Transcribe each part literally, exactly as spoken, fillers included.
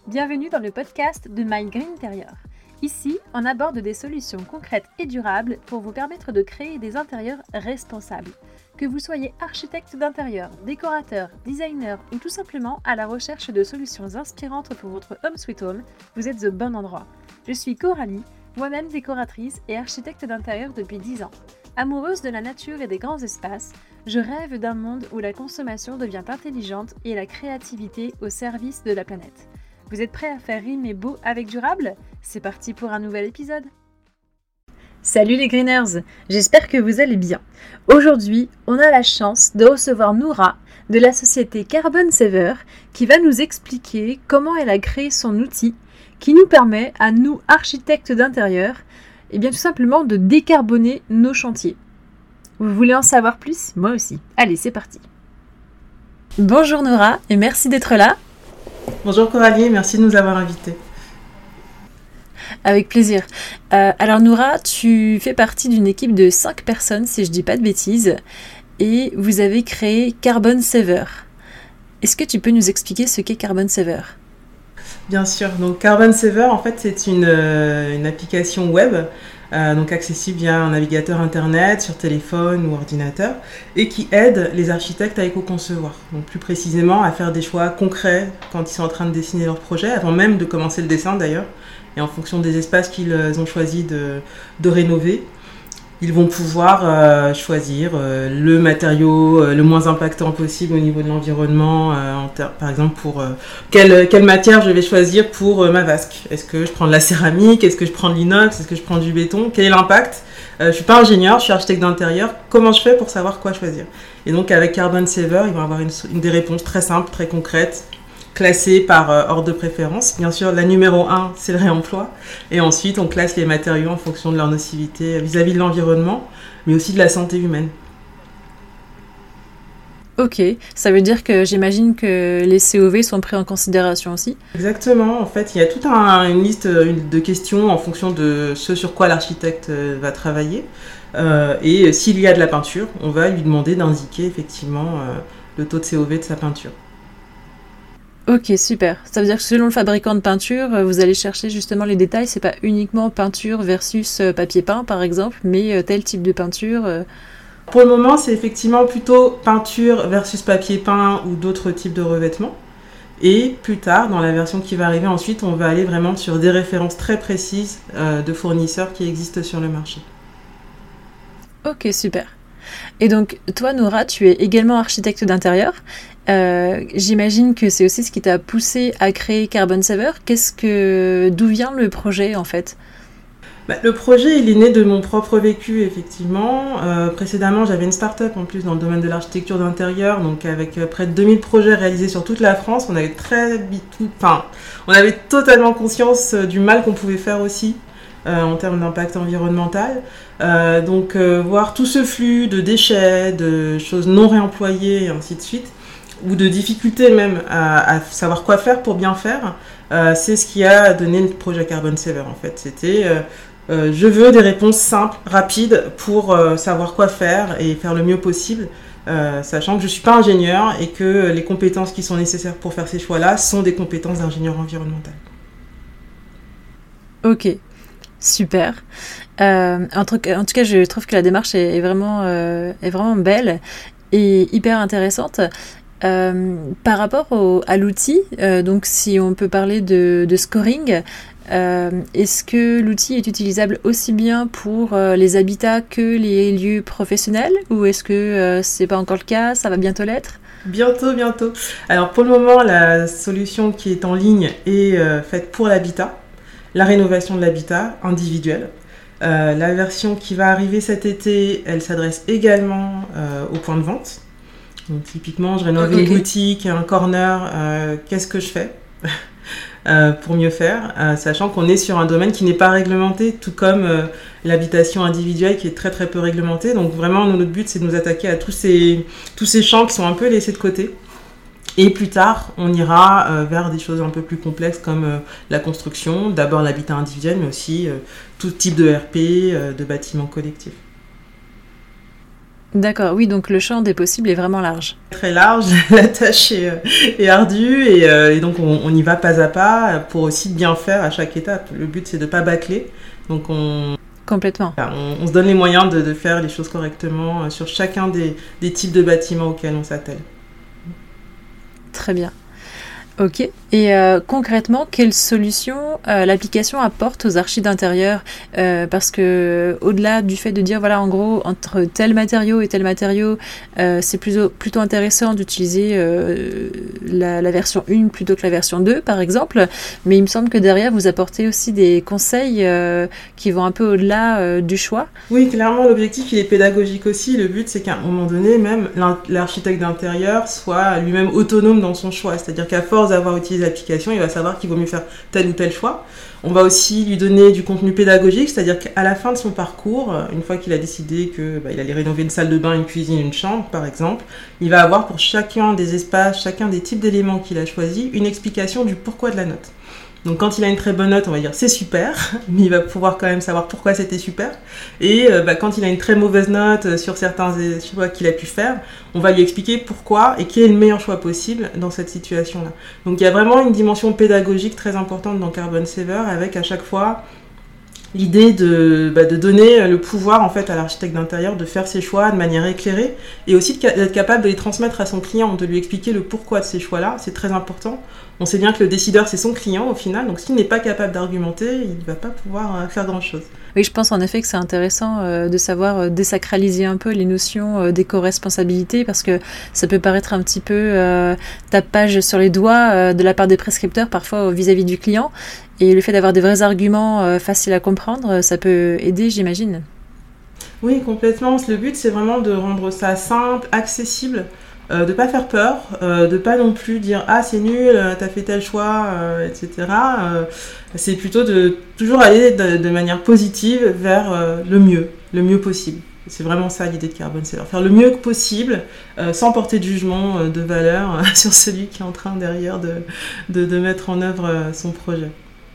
Bienvenue dans le podcast de My Green Interior. Ici, on aborde des solutions concrètes et durables pour vous permettre de créer des intérieurs responsables. Que vous soyez architecte d'intérieur, décorateur, designer ou tout simplement à la recherche de solutions inspirantes pour votre home sweet home, vous êtes au bon endroit. Je suis Coralie, moi-même décoratrice et architecte d'intérieur depuis dix ans. Amoureuse de la nature et des grands espaces, je rêve d'un monde où la consommation devient intelligente et la créativité au service de la planète. Vous êtes prêts à faire rimer beau avec durable ? C'est parti pour un nouvel épisode. Salut les Greeners, j'espère que vous allez bien. Aujourd'hui, on a la chance de recevoir Noura de la société Carbon Saver qui va nous expliquer comment elle a créé son outil qui nous permet à nous, architectes d'intérieur, et bien tout simplement de décarboner nos chantiers. Vous voulez en savoir plus ? Moi aussi. Allez, c'est parti. Bonjour Noura et merci d'être là. Bonjour Coralie, merci de nous avoir invités. Avec plaisir. Euh, alors Noura, tu fais partie d'une équipe de cinq personnes, si je dis pas de bêtises, et vous avez créé Carbon Saver. Est-ce que tu peux nous expliquer ce qu'est Carbon Saver ? Bien sûr, donc Carbon Saver, en fait, c'est une, euh, une application web, euh, donc accessible via un navigateur internet, sur téléphone ou ordinateur, et qui aide les architectes à éco-concevoir. Donc plus précisément, à faire des choix concrets quand ils sont en train de dessiner leur projet, avant même de commencer le dessin d'ailleurs, et en fonction des espaces qu'ils ont choisi de, de rénover. Ils vont pouvoir euh, choisir euh, le matériau euh, le moins impactant possible au niveau de l'environnement. Euh, en ter- par exemple, pour euh, quelle, quelle matière je vais choisir pour euh, ma vasque. Est-ce que je prends de la céramique ? Est-ce que je prends de l'inox ? Est-ce que je prends du béton ? Quel est l'impact ? euh, Je ne suis pas ingénieur, je suis architecte d'intérieur. Comment je fais pour savoir quoi choisir ? Et donc avec Carbon Saver, ils vont avoir une, une des réponses très simples, très concrètes, classées par euh, ordre de préférence. Bien sûr, la numéro un, c'est le réemploi. Et ensuite, on classe les matériaux en fonction de leur nocivité vis-à-vis de l'environnement, mais aussi de la santé humaine. Ok, ça veut dire que j'imagine que les C O V sont pris en considération aussi ? Exactement, en fait, il y a toute un, une liste de questions en fonction de ce sur quoi l'architecte va travailler. Euh, et s'il y a de la peinture, on va lui demander d'indiquer effectivement euh, le taux de C O V de sa peinture. Ok, super. Ça veut dire que selon le fabricant de peinture, vous allez chercher justement les détails. C'est pas uniquement peinture versus papier peint, par exemple, mais tel type de peinture. Pour le moment, c'est effectivement plutôt peinture versus papier peint ou d'autres types de revêtements. Et plus tard, dans la version qui va arriver ensuite, on va aller vraiment sur des références très précises euh, de fournisseurs qui existent sur le marché. Ok, super. Et donc, toi, Noura, tu es également architecte d'intérieur. Euh, j'imagine que c'est aussi ce qui t'a poussé à créer Carbon Saver. Qu'est-ce que, d'où vient le projet en fait ? Bah, le projet, il est né de mon propre vécu, effectivement. Euh, précédemment, j'avais une start-up en plus dans le domaine de l'architecture d'intérieur, donc avec euh, près de deux mille projets réalisés sur toute la France. On avait très, enfin, on avait totalement conscience euh, du mal qu'on pouvait faire aussi euh, en termes d'impact environnemental. Euh, donc, euh, voir tout ce flux de déchets, de choses non réemployées et ainsi de suite, ou de difficultés même à, à savoir quoi faire pour bien faire, euh, c'est ce qui a donné le projet Carbon Saver en fait. C'était euh, euh, je veux des réponses simples, rapides pour euh, savoir quoi faire et faire le mieux possible, euh, sachant que je ne suis pas ingénieur et que les compétences qui sont nécessaires pour faire ces choix-là sont des compétences d'ingénieur environnemental. Ok, super. Euh, en, tout, en tout cas, je trouve que la démarche est, est, vraiment, euh, est vraiment belle et hyper intéressante. Euh, par rapport au, à l'outil, euh, donc si on peut parler de, de scoring, euh, est-ce que l'outil est utilisable aussi bien pour euh, les habitats que les lieux professionnels ou est-ce que euh, c'est pas encore le cas, ça va bientôt l'être ? Bientôt, bientôt. Alors pour le moment, la solution qui est en ligne est euh, faite pour l'habitat, la rénovation de l'habitat individuel. Euh, la version qui va arriver cet été, elle s'adresse également euh, aux points de vente. Donc typiquement, je rénove okay. une boutique, un corner, euh, qu'est-ce que je fais euh, pour mieux faire, euh, sachant qu'on est sur un domaine qui n'est pas réglementé, tout comme euh, l'habitation individuelle qui est très très peu réglementée. Donc vraiment, notre but, c'est de nous attaquer à tous ces, tous ces champs qui sont un peu laissés de côté. Et plus tard, on ira euh, vers des choses un peu plus complexes comme euh, la construction, d'abord l'habitat individuel, mais aussi euh, tout type de R P, euh, de bâtiments collectifs. D'accord, oui, donc le champ des possibles est vraiment large. Très large, la tâche est, est ardue et, euh, et donc on, on y va pas à pas pour aussi bien faire à chaque étape. Le but c'est de pas bâcler, donc on, Complètement. on, on se donne les moyens de, de faire les choses correctement sur chacun des, des types de bâtiments auxquels on s'attelle. Très bien. Ok. Et euh, concrètement, quelle solution euh, l'application apporte aux archis d'intérieur euh, parce que au-delà du fait de dire voilà en gros entre tel matériau et tel matériau, euh, c'est plutôt plutôt intéressant d'utiliser euh, la, la version un plutôt que la version deux par exemple. Mais il me semble que derrière vous apportez aussi des conseils euh, qui vont un peu au-delà euh, du choix. Oui, clairement l'objectif il est pédagogique aussi. Le but c'est qu'à un moment donné même l'architecte d'intérieur soit lui-même autonome dans son choix. C'est-à-dire qu'à force d'avoir utilisé l'application, il va savoir qu'il vaut mieux faire tel ou tel choix. On va aussi lui donner du contenu pédagogique, c'est-à-dire qu'à la fin de son parcours, une fois qu'il a décidé qu'il bah, allait rénover une salle de bain, une cuisine, une chambre par exemple, il va avoir pour chacun des espaces, chacun des types d'éléments qu'il a choisis, une explication du pourquoi de la note. Donc quand il a une très bonne note, on va dire c'est super, mais il va pouvoir quand même savoir pourquoi c'était super. Et euh, bah, quand il a une très mauvaise note sur certains choix qu'il a pu faire, on va lui expliquer pourquoi et quel est le meilleur choix possible dans cette situation-là. Donc il y a vraiment une dimension pédagogique très importante dans Carbon Saver avec à chaque fois l'idée de, bah, de donner le pouvoir en fait à l'architecte d'intérieur de faire ses choix de manière éclairée et aussi d'être capable de les transmettre à son client, de lui expliquer le pourquoi de ces choix-là, c'est très important. On sait bien que le décideur c'est son client au final, donc s'il n'est pas capable d'argumenter, il ne va pas pouvoir faire grand-chose. Oui, je pense en effet que c'est intéressant euh, de savoir euh, désacraliser un peu les notions euh, d'éco-responsabilité parce que ça peut paraître un petit peu euh, tapage sur les doigts euh, de la part des prescripteurs parfois vis-à-vis du client. Et le fait d'avoir des vrais arguments euh, faciles à comprendre, ça peut aider, j'imagine. Oui, complètement. Le but, c'est vraiment de rendre ça simple, accessible, euh, de ne pas faire peur, euh, de ne pas non plus dire « Ah, c'est nul, t'as fait tel choix, euh, et cetera euh, » C'est plutôt de toujours aller de, de manière positive vers euh, le mieux, le mieux possible. C'est vraiment ça l'idée de Carbon Saver. Faire le mieux possible, euh, sans porter de jugement euh, de valeur euh, sur celui qui est en train derrière de, de, de mettre en œuvre euh, son projet.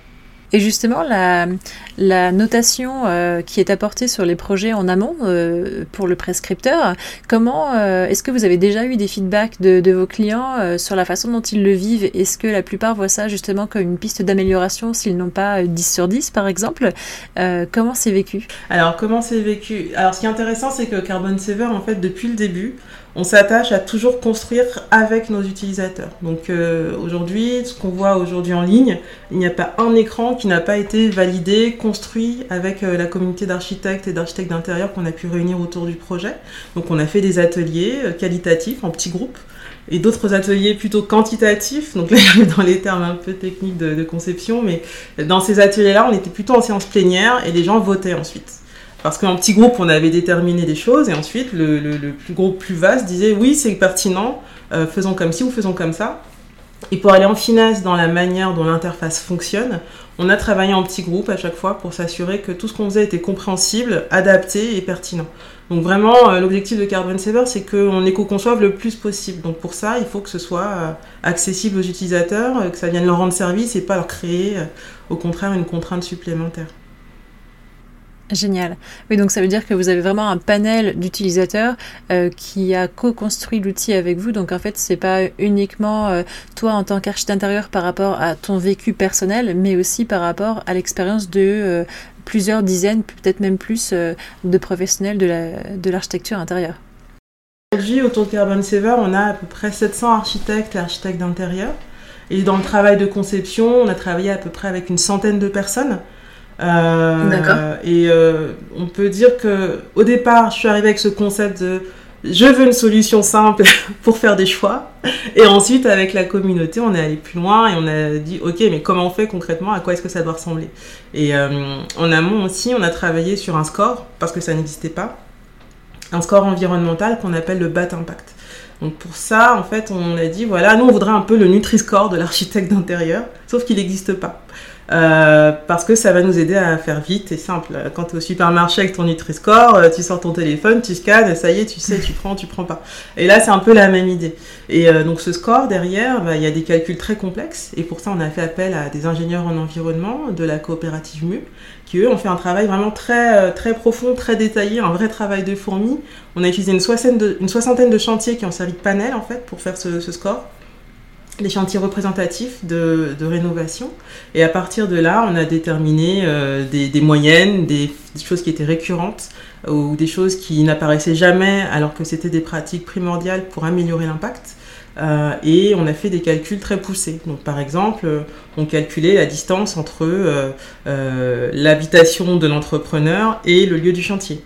Et justement, la, la notation euh, qui est apportée sur les projets en amont euh, pour le prescripteur, comment euh, est-ce que vous avez déjà eu des feedbacks de, de vos clients euh, sur la façon dont ils le vivent? Est-ce que la plupart voient ça justement comme une piste d'amélioration s'ils n'ont pas dix sur dix par exemple? euh, Comment c'est vécu? Alors, comment c'est vécu? Alors, ce qui est intéressant, c'est que Carbon Saver, en fait, depuis le début, on s'attache à toujours construire avec nos utilisateurs. Donc euh, aujourd'hui, ce qu'on voit aujourd'hui en ligne, il n'y a pas un écran qui n'a pas été validé, construit avec euh, la communauté d'architectes et d'architectes d'intérieur qu'on a pu réunir autour du projet. Donc on a fait des ateliers euh, qualitatifs en petits groupes et d'autres ateliers plutôt quantitatifs. Donc là, dans les termes un peu techniques de, de conception, mais dans ces ateliers-là, on était plutôt en séance plénière et les gens votaient ensuite. Parce qu'en petit groupe, on avait déterminé des choses et ensuite, le, le, le plus groupe plus vaste disait « oui, c'est pertinent, euh, faisons comme ci ou faisons comme ça ». Et pour aller en finesse dans la manière dont l'interface fonctionne, on a travaillé en petit groupe à chaque fois pour s'assurer que tout ce qu'on faisait était compréhensible, adapté et pertinent. Donc vraiment, euh, l'objectif de Carbon Saver, c'est qu'on éco-conçoive le plus possible. Donc pour ça, il faut que ce soit euh, accessible aux utilisateurs, euh, que ça vienne leur rendre service et pas leur créer, euh, au contraire, une contrainte supplémentaire. Génial. Oui, donc ça veut dire que vous avez vraiment un panel d'utilisateurs euh, qui a co-construit l'outil avec vous. Donc en fait, c'est pas uniquement euh, toi en tant qu'architecte d'intérieur par rapport à ton vécu personnel, mais aussi par rapport à l'expérience de euh, plusieurs dizaines, peut-être même plus, euh, de professionnels de, la, de l'architecture intérieure. Aujourd'hui, autour de Carbon Saver, on a à peu près sept cents architectes et architectes d'intérieur. Et dans le travail de conception, on a travaillé à peu près avec une centaine de personnes. Euh, D'accord. Et euh, on peut dire que au départ, je suis arrivée avec ce concept de je veux une solution simple pour faire des choix. Et ensuite, avec la communauté, on est allé plus loin et on a dit ok, mais comment on fait concrètement? À quoi est-ce que ça doit ressembler? Et euh, en amont aussi, on a travaillé sur un score parce que ça n'existait pas, un score environnemental qu'on appelle le B A T Impact. Donc pour ça, en fait, on a dit voilà, nous on voudrait un peu le Nutri-Score de l'architecte d'intérieur, sauf qu'il n'existe pas. euh, parce que ça va nous aider à faire vite et simple. Quand tu es au supermarché avec ton Nutri-Score, euh, tu sors ton téléphone, tu scannes, ça y est, tu sais, tu prends, tu prends pas. Et là, c'est un peu la même idée. Et euh, donc ce score, derrière, bah, y a des calculs très complexes et pour ça, on a fait appel à des ingénieurs en environnement de la coopérative M U, qui eux ont fait un travail vraiment très, très profond, très détaillé, un vrai travail de fourmi. On a utilisé une soixantaine de, une soixantaine de chantiers qui ont servi de panel en fait pour faire ce, ce score, des chantiers représentatifs de, de rénovation. Et à partir de là, on a déterminé euh, des, des moyennes, des, des choses qui étaient récurrentes ou des choses qui n'apparaissaient jamais alors que c'était des pratiques primordiales pour améliorer l'impact. Euh, et on a fait des calculs très poussés. Donc, par exemple, euh, on calculait la distance entre euh, euh, l'habitation de l'entrepreneur et le lieu du chantier.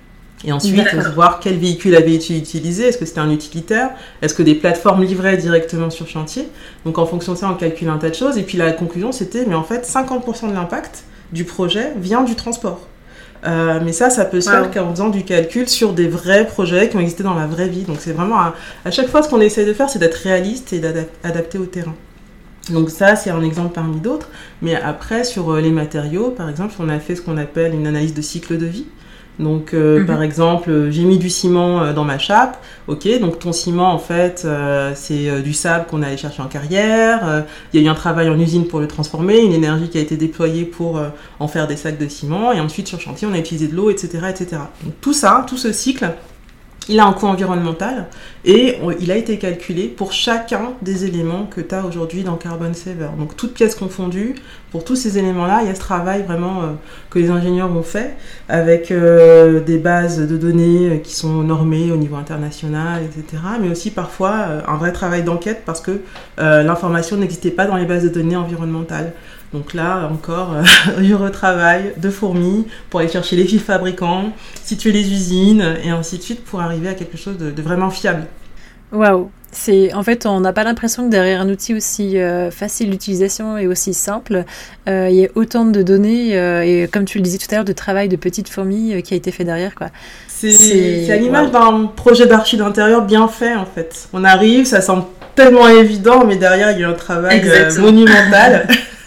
Et ensuite, D'accord. voir quel véhicule avait été utilisé. Est-ce que c'était un utilitaire? Est-ce que des plateformes livraient directement sur chantier? Donc, en fonction de ça, on calcule un tas de choses. Et puis, la conclusion, c'était, mais en fait, cinquante pour cent de l'impact du projet vient du transport. Euh, mais ça, ça peut se wow. faire qu'en faisant du calcul sur des vrais projets qui ont existé dans la vraie vie. Donc c'est vraiment, à, à chaque fois, ce qu'on essaie de faire, c'est d'être réaliste et d'adapter au terrain. Donc ça, c'est un exemple parmi d'autres. Mais après, sur les matériaux, par exemple, on a fait ce qu'on appelle une analyse de cycle de vie. Donc, euh, mm-hmm. par exemple, j'ai mis du ciment euh, dans ma chape. Ok, donc ton ciment, en fait, euh, c'est euh, du sable qu'on allait chercher en carrière. Euh, il y a eu un travail en usine pour le transformer, une énergie qui a été déployée pour euh, en faire des sacs de ciment. Et ensuite, sur chantier, on a utilisé de l'eau, et cetera, et cetera. Donc, tout ça, tout ce cycle, il a un coût environnemental et on, il a été calculé pour chacun des éléments que tu as aujourd'hui dans Carbon Saver. Donc, toutes pièces confondues, pour tous ces éléments-là, il y a ce travail vraiment euh, que les ingénieurs ont fait avec euh, des bases de données qui sont normées au niveau international, et cetera. Mais aussi parfois euh, un vrai travail d'enquête parce que euh, l'information n'existait pas dans les bases de données environnementales. Donc là, encore, euh, du retravail de fourmis pour aller chercher les fils fabricants, situer les usines et ainsi de suite pour arriver à quelque chose de, de vraiment fiable. Waouh! C'est, en fait, on n'a pas l'impression que derrière un outil aussi euh, facile d'utilisation et aussi simple, euh, il y a autant de données euh, et, comme tu le disais tout à l'heure, de travail de petites fourmis euh, qui a été fait derrière, quoi. C'est, c'est... c'est à l'image wow. d'un projet d'archi d'intérieur bien fait, en fait. On arrive, ça semble tellement évident, mais derrière, il y a un travail euh, monumental.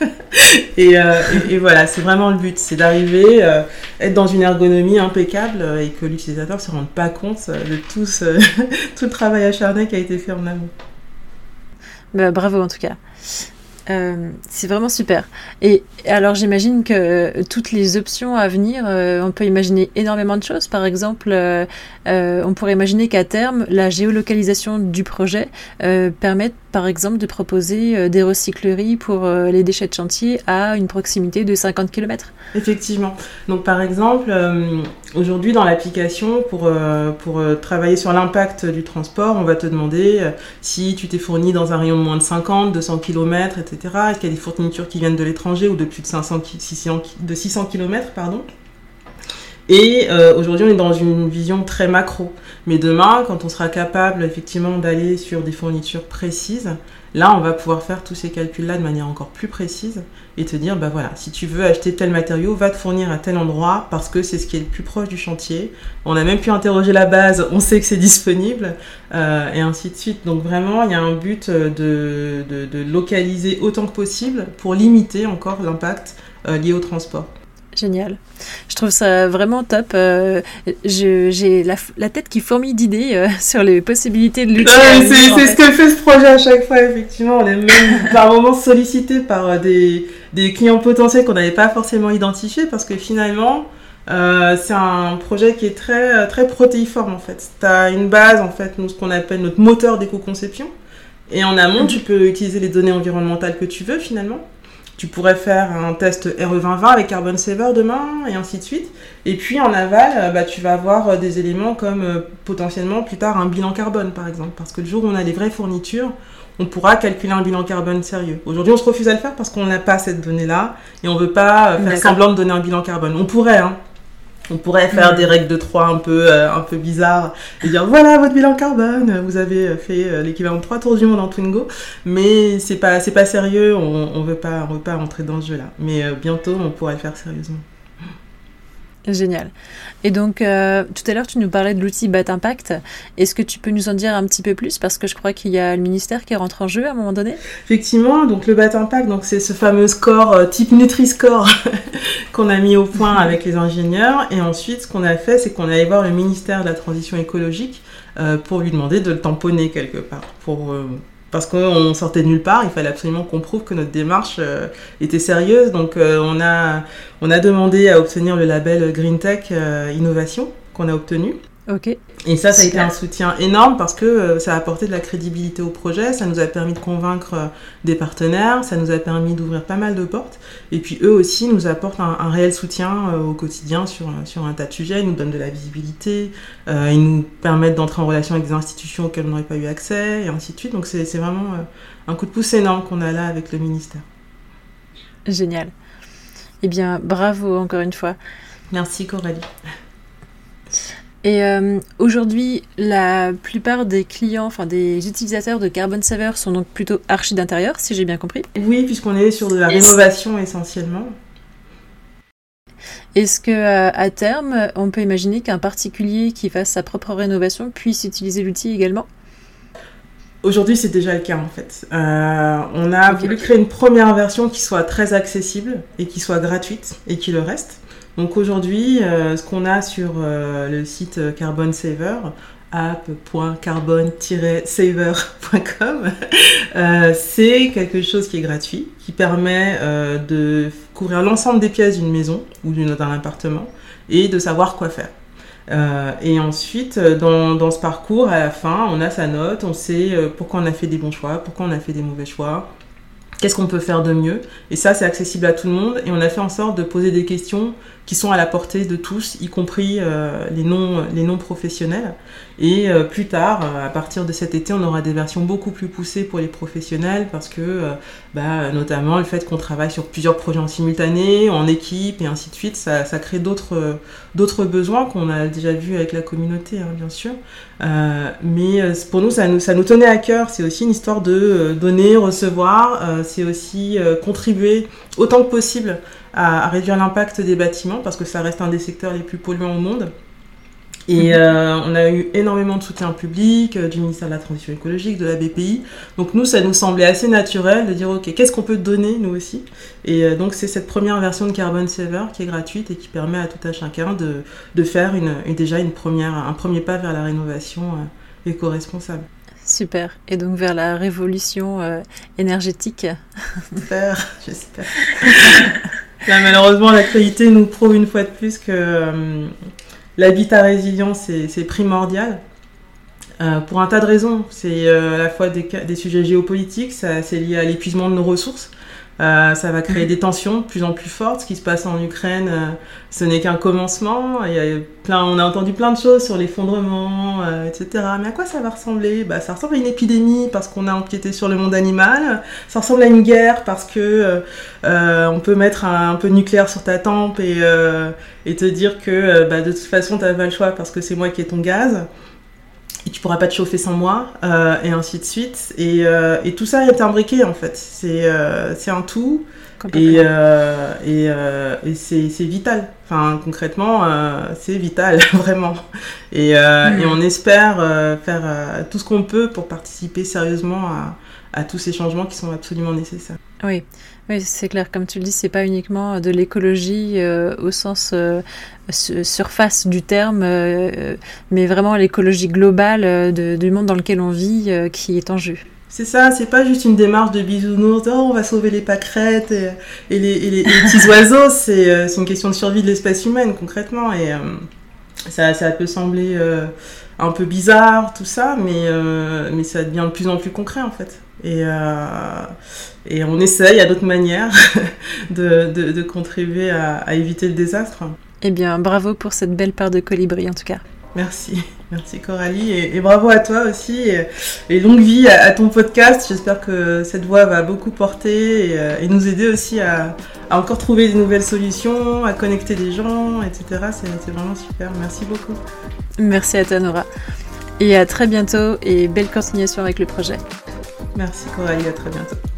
et, euh, et, et voilà, c'est vraiment le but, c'est d'arriver, euh, être dans une ergonomie impeccable euh, et que l'utilisateur ne se rende pas compte euh, de tout, ce, tout le travail acharné qui a été fait en amont. Bah, bravo en tout cas. Euh, c'est vraiment super. Et alors j'imagine que euh, toutes les options à venir, euh, on peut imaginer énormément de choses. Par exemple, euh, euh, on pourrait imaginer qu'à terme, la géolocalisation du projet euh, permette par exemple de proposer euh, des recycleries pour euh, les déchets de chantier à une proximité de cinquante kilomètres. Effectivement. Donc par exemple, euh, aujourd'hui dans l'application, pour, euh, pour euh, travailler sur l'impact du transport, on va te demander euh, si tu t'es fourni dans un rayon de moins de cinquante, deux cents kilomètres, et cetera. Est-ce qu'il y a des fournitures qui viennent de l'étranger ou de plus de, cinq cents, six cents, de six cents kilomètres, pardon. Et euh, aujourd'hui, on est dans une vision très macro. Mais demain, quand on sera capable effectivement d'aller sur des fournitures précises, là, on va pouvoir faire tous ces calculs-là de manière encore plus précise et te dire, bah voilà, si tu veux acheter tel matériau, va te fournir à tel endroit parce que c'est ce qui est le plus proche du chantier. On a même pu interroger la base, on sait que c'est disponible euh, et ainsi de suite. Donc vraiment, il y a un but de, de, de localiser autant que possible pour limiter encore l'impact euh, lié au transport. Génial. Je trouve ça vraiment top. Euh, je, j'ai la, la tête qui fourmille d'idées euh, sur les possibilités de l'outil. Ouais, c'est, c'est ce que fait ce projet à chaque fois, effectivement. On est même par moments sollicité par des, des clients potentiels qu'on n'avait pas forcément identifiés parce que finalement, euh, c'est un projet qui est très, très protéiforme en fait. Tu as une base, en fait, nous, ce qu'on appelle notre moteur d'éco-conception. Et en amont, mmh. tu peux utiliser les données environnementales que tu veux finalement. Tu pourrais faire un test R E vingt vingt avec Carbon Saver demain, et ainsi de suite. Et puis en aval, bah, tu vas avoir des éléments comme euh, potentiellement plus tard un bilan carbone, par exemple. Parce que le jour où on a les vraies fournitures, on pourra calculer un bilan carbone sérieux. Aujourd'hui, on se refuse à le faire parce qu'on n'a pas cette donnée-là et on ne veut pas euh, faire D'accord. semblant de donner un bilan carbone. On pourrait, hein. On pourrait faire mmh. des règles de trois un peu, euh, un peu bizarres et dire voilà votre bilan carbone, vous avez fait euh, l'équivalent de trois tours du monde en Twingo, mais c'est pas, c'est pas sérieux, on, on veut pas, on veut pas rentrer dans ce jeu-là. Mais euh, bientôt, on pourra le faire sérieusement. Génial. Et donc, euh, tout à l'heure, tu nous parlais de l'outil BatImpact. Est-ce que tu peux nous en dire un petit peu plus? Parce que je crois qu'il y a le ministère qui rentre en jeu à un moment donné. Effectivement, donc le BatImpact, donc c'est ce fameux score euh, type Nutri-Score qu'on a mis au point avec les ingénieurs. Et ensuite, ce qu'on a fait, c'est qu'on est allé voir le ministère de la Transition écologique euh, pour lui demander de le tamponner quelque part. Pour... Euh, Parce qu'on sortait de nulle part, il fallait absolument qu'on prouve que notre démarche euh, était sérieuse. Donc euh, on, a, on a demandé à obtenir le label Green Tech euh, Innovation qu'on a obtenu. Ok. Et ça, ça a été un soutien énorme parce que euh, ça a apporté de la crédibilité au projet, ça nous a permis de convaincre euh, des partenaires, ça nous a permis d'ouvrir pas mal de portes. Et puis eux aussi nous apportent un, un réel soutien euh, au quotidien sur, sur un tas de sujets, ils nous donnent de la visibilité, euh, ils nous permettent d'entrer en relation avec des institutions auxquelles on n'aurait pas eu accès, et ainsi de suite. Donc c'est, c'est vraiment euh, un coup de pouce énorme qu'on a là avec le ministère. Génial. Eh bien, bravo encore une fois. Merci Coralie. Et euh, aujourd'hui, la plupart des clients, enfin des utilisateurs de Carbon Saver sont donc plutôt archi d'intérieur, si j'ai bien compris. Oui, puisqu'on est sur de la rénovation essentiellement. Est-ce qu'à terme, on peut imaginer qu'un particulier qui fasse sa propre rénovation puisse utiliser l'outil également ? Aujourd'hui, c'est déjà le cas en fait. Euh, on a okay. voulu créer une première version qui soit très accessible et qui soit gratuite et qui le reste. Donc aujourd'hui, euh, ce qu'on a sur euh, le site Carbon Saver, app point carbon tiret saver point com, euh, c'est quelque chose qui est gratuit, qui permet euh, de couvrir l'ensemble des pièces d'une maison ou d'une, d'un appartement et de savoir quoi faire. Euh, et ensuite, dans, dans ce parcours, à la fin, on a sa note, on sait pourquoi on a fait des bons choix, pourquoi on a fait des mauvais choix, qu'est-ce qu'on peut faire de mieux. Et ça, c'est accessible à tout le monde. Et on a fait en sorte de poser des questions qui sont à la portée de tous, y compris euh, les non, les non professionnels. Et euh, plus tard, à partir de cet été, on aura des versions beaucoup plus poussées pour les professionnels parce que, euh, bah, notamment, le fait qu'on travaille sur plusieurs projets en simultané, en équipe et ainsi de suite, ça, ça crée d'autres, euh, d'autres besoins qu'on a déjà vus avec la communauté, hein, bien sûr. Euh, mais pour nous ça, nous, ça nous tenait à cœur. C'est aussi une histoire de euh, donner, recevoir. Euh, c'est aussi euh, contribuer autant que possible à, à réduire l'impact des bâtiments parce que ça reste un des secteurs les plus polluants au monde. Et euh, on a eu énormément de soutien public, euh, du ministère de la Transition écologique, de la B P I. Donc nous, ça nous semblait assez naturel de dire, ok, qu'est-ce qu'on peut donner, nous aussi ? Et euh, donc c'est cette première version de Carbon Saver qui est gratuite et qui permet à tout un chacun de, de faire une, une, déjà une première, un premier pas vers la rénovation euh, éco-responsable. Super. Et donc vers la révolution euh, énergétique. J'espère, j'espère. Là, malheureusement, l'actualité nous prouve une fois de plus que... Euh, L'habitat résilient, c'est, c'est primordial euh, pour un tas de raisons. C'est euh, à la fois des, des sujets géopolitiques, ça, c'est lié à l'épuisement de nos ressources. Euh, ça va créer des tensions de plus en plus fortes. Ce qui se passe en Ukraine, euh, ce n'est qu'un commencement. Il y a plein, on a entendu plein de choses sur l'effondrement, euh, et cetera. Mais à quoi ça va ressembler ? Bah, ça ressemble à une épidémie parce qu'on a empiété sur le monde animal. Ça ressemble à une guerre parce que euh, euh, on peut mettre un, un peu de nucléaire sur ta tempe et, euh, et te dire que euh, bah, de toute façon, tu n'as pas le choix parce que c'est moi qui ai ton gaz. Et tu pourras pas te chauffer sans moi, euh, et ainsi de suite. Et, euh, et tout ça est imbriqué, en fait. C'est, euh, c'est un tout, et, euh, et, euh, et c'est, c'est vital. Enfin, concrètement, euh, c'est vital, vraiment. Et, euh, mmh. et on espère euh, faire euh, tout ce qu'on peut pour participer sérieusement à, à tous ces changements qui sont absolument nécessaires. Oui. Oui, c'est clair, comme tu le dis, c'est pas uniquement de l'écologie euh, au sens euh, surface du terme, euh, mais vraiment l'écologie globale de, du monde dans lequel on vit euh, qui est en jeu. C'est ça, c'est pas juste une démarche de bisounours, oh, on va sauver les pâquerettes et, et, les, et, les, et les petits oiseaux, c'est, euh, c'est une question de survie de l'espèce humaine, concrètement. Et euh, ça, ça peut sembler euh, un peu bizarre, tout ça, mais, euh, mais ça devient de plus en plus concret, en fait. Et, euh, et on essaye à d'autres manières de, de, de contribuer à, à éviter le désastre. Eh bien, bravo pour cette belle paire de colibris, en tout cas. Merci, merci Coralie, et, et bravo à toi aussi, et, et longue vie à, à ton podcast. J'espère que cette voix va beaucoup porter et, et nous aider aussi à, à encore trouver des nouvelles solutions, à connecter des gens, et cetera. C'est, c'est vraiment super, merci beaucoup. Merci à toi Nora, et à très bientôt, et belle continuation avec le projet. Merci Coralie, à très bientôt.